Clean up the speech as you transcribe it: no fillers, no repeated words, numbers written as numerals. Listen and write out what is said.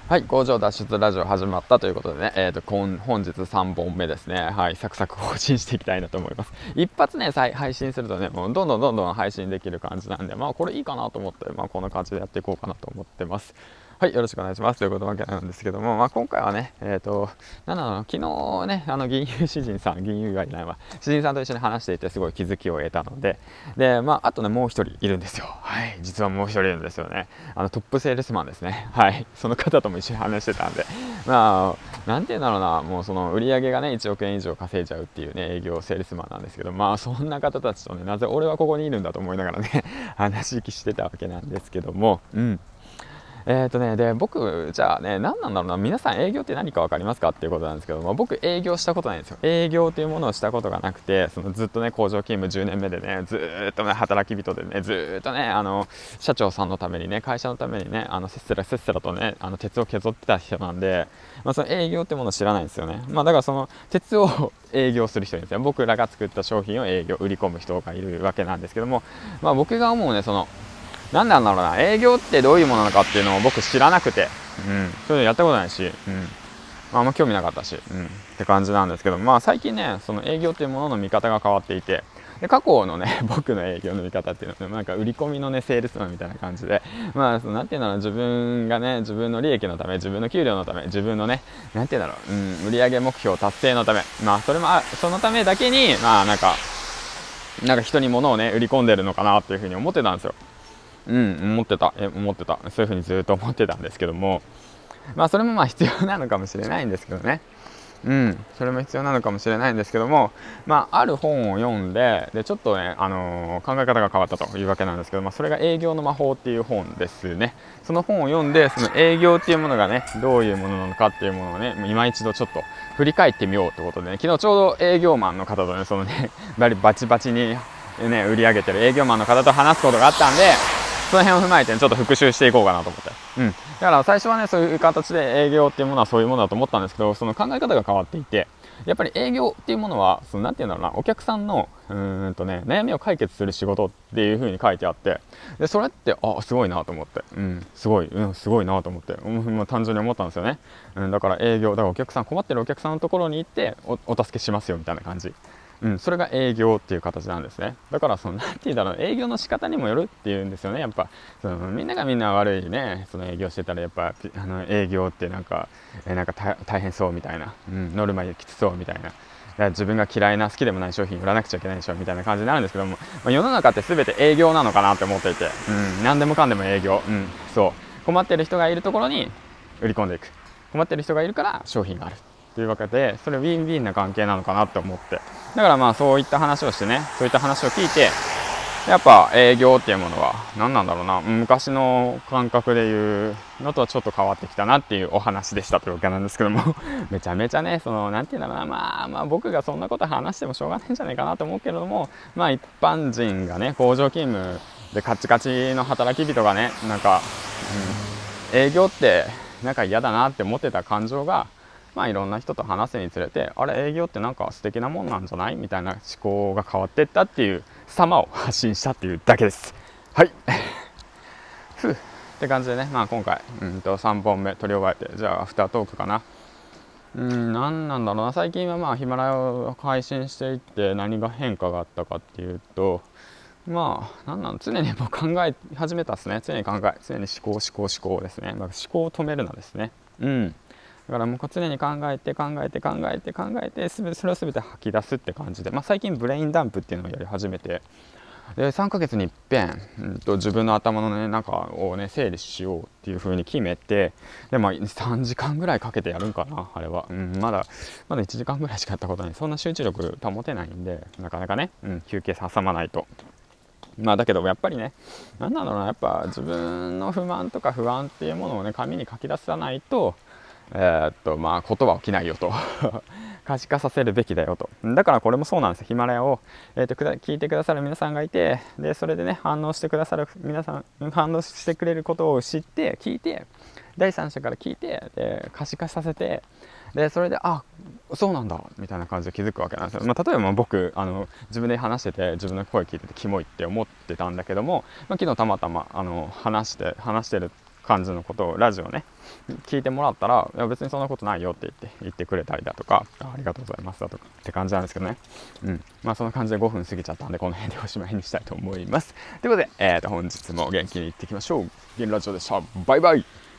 はい、工場脱出ラジオ始まったということでね、本日3本目ですね。はい、サクサク更新していきたいなと思います。一発ね、配信するとね、もうどんどん配信できる感じなんで、まあこれいいかなと思って、まあこんな感じでやっていこうかなと思ってます。はい、よろしくお願いしますということわけなんですけども、まあ今回はね、なんだろう、昨日ね、銀融詩人さん、銀融以外ないわ、詩人さんと一緒に話していて、すごい気づきを得たので、で、まああとね、もう一人いるんですよ。はい、実はもう一人いるんですよね。トップセールスマンですね。はい、その方とも一緒に話してたんで、まあ、なんて言うんだろうな、もうその売り上げがね、1億円以上稼いじゃうっていうね、営業セールスマンなんですけど、まあ、そんな方たちとね、なぜ俺はここにいるんだと思いながらね、話してたわけなんですけども、うん。で、僕、じゃあね、何なんだろうな、皆さん営業って何か分かりますかっていうことなんですけども、僕、営業したことないんですよ。営業というものをしたことがなくて、ずっとね、工場勤務10年目でね、ずーっとね、働き人でね、ずーっとね、社長さんのためにね、会社のためにね、せっせらとね、鉄を削ってた人なんで、まあ、その営業ってものを知らないんですよね。まあ、だからその、鉄を営業する人いるんですよ。僕らが作った商品を売り込む人がいるわけなんですけども、まあ、僕が思うね、なんなんだろうな、営業ってどういうものなのかっていうのを僕知らなくて、それでやったことないし、あんま興味なかったし、って感じなんですけど、まあ最近ね、その営業っていうものの見方が変わっていて、で過去のね、僕の営業の見方っていうのは、なんか売り込みのね、セールスマンみたいな感じで、まあ、なんていうんだろう、自分がね、自分の利益のため、自分の給料のため、自分のね、なんていうんだろう、売上目標達成のため、まあ、そのためだけに、まあ、なんか人に物をね、売り込んでるのかなっていうふうに思ってたんですよ。思ってた。そういうふうにずっと思ってたんですけども、まあそれもまあ必要なのかもしれないんですけどね。それも必要なのかもしれないんですけども、まあある本を読んで、ちょっとね、考え方が変わったというわけなんですけど、まあそれが営業の魔法っていう本ですね。その本を読んで、その営業っていうものがね、どういうものなのかっていうものをね、今一度ちょっと振り返ってみようということでね、昨日ちょうど営業マンの方とね、そのね、バチバチにね、売り上げてる営業マンの方と話すことがあったんで、その辺を踏まえて、ちょっと復習していこうかなと思って。だから最初はね、そういう形で営業っていうものはそういうものだと思ったんですけど、その考え方が変わっていて、やっぱり営業っていうものは、なんて言うんだろうな、お客さんの、悩みを解決する仕事っていう風に書いてあって、で、それって、すごいなと思って、すごいなと思って、もう単純に思ったんですよね。だから営業、だからお客さん、困ってるお客さんのところに行って、お助けしますよみたいな感じ。それが営業っていう形なんですね。だからなんて言うんだろう、営業の仕方にもよるっていうんですよね。やっぱみんながみんな悪いね、その営業してたらやっぱ営業ってなんか大変そうみたいな、ノルマきつそうみたいな。だから自分が嫌いな好きでもない商品売らなくちゃいけないでしょみたいな感じになるんですけども、世の中って全て営業なのかなって思っていて、何でもかんでも営業、そう困ってる人がいるところに売り込んでいく、困ってる人がいるから商品があるというわけで、それウィンウィンな関係なのかなって思って、だからまあそういった話をしてね、そういった話を聞いて、やっぱ営業っていうものは何なんだろうな、昔の感覚で言うのとはちょっと変わってきたなっていうお話でしたというわけなんですけどもめちゃめちゃね、なんていうんだろうな、まあ僕がそんなこと話してもしょうがないんじゃないかなと思うけれども、まあ一般人がね、工場勤務でカチカチの働き人がね、営業ってなんか嫌だなって思ってた感情が、まあいろんな人と話すにつれて、あれ営業ってなんか素敵なもんなんじゃないみたいな思考が変わっていったっていう様を発信したっていうだけです。はいふうって感じでね、まあ今回3本目取り終えて、じゃあアフタートークかな。何なんだろうな、最近はまあヒマラヤを配信していって何が変化があったかっていうと、まあ常にもう考え始めたですね。常に思考ですね。思考を止めるなですね。だからもう常に考えてそれを全て吐き出すって感じで、まあ、最近ブレインダンプっていうのをやり始めて、で3ヶ月に一遍、自分の頭のね中をね整理しようっていう風に決めて、でまあ3時間ぐらいかけてやるんかなあれは、まだ1時間ぐらいしかやったことない。そんな集中力保てないんで、なかなかね、休憩挟まないと。まあだけどやっぱりね、なんだろうな、やっぱ自分の不満とか不安っていうものをね紙に書き出さないと、まあことは起きないよと可視化させるべきだよと。だからこれもそうなんです。ヒマラヤを、聞いてくださる皆さんがいて、でそれでね反応してくださる皆さん、反応してくれることを知って聞いて、第三者から聞いて、で可視化させて、でそれでそうなんだみたいな感じで気づくわけなんですよ。例えば僕自分で話してて、自分の声聞いててキモいって思ってたんだけども、昨日たまたま話してる感じのことをラジオね聞いてもらったら、いや別にそんなことないよって言ってくれたりだとか、ありがとうございますだとかって感じなんですけどね。まあそんな感じで5分過ぎちゃったんで、この辺でおしまいにしたいと思います。ということで、本日も元気にいっていきましょう。ゲンラジオでした。バイバイ。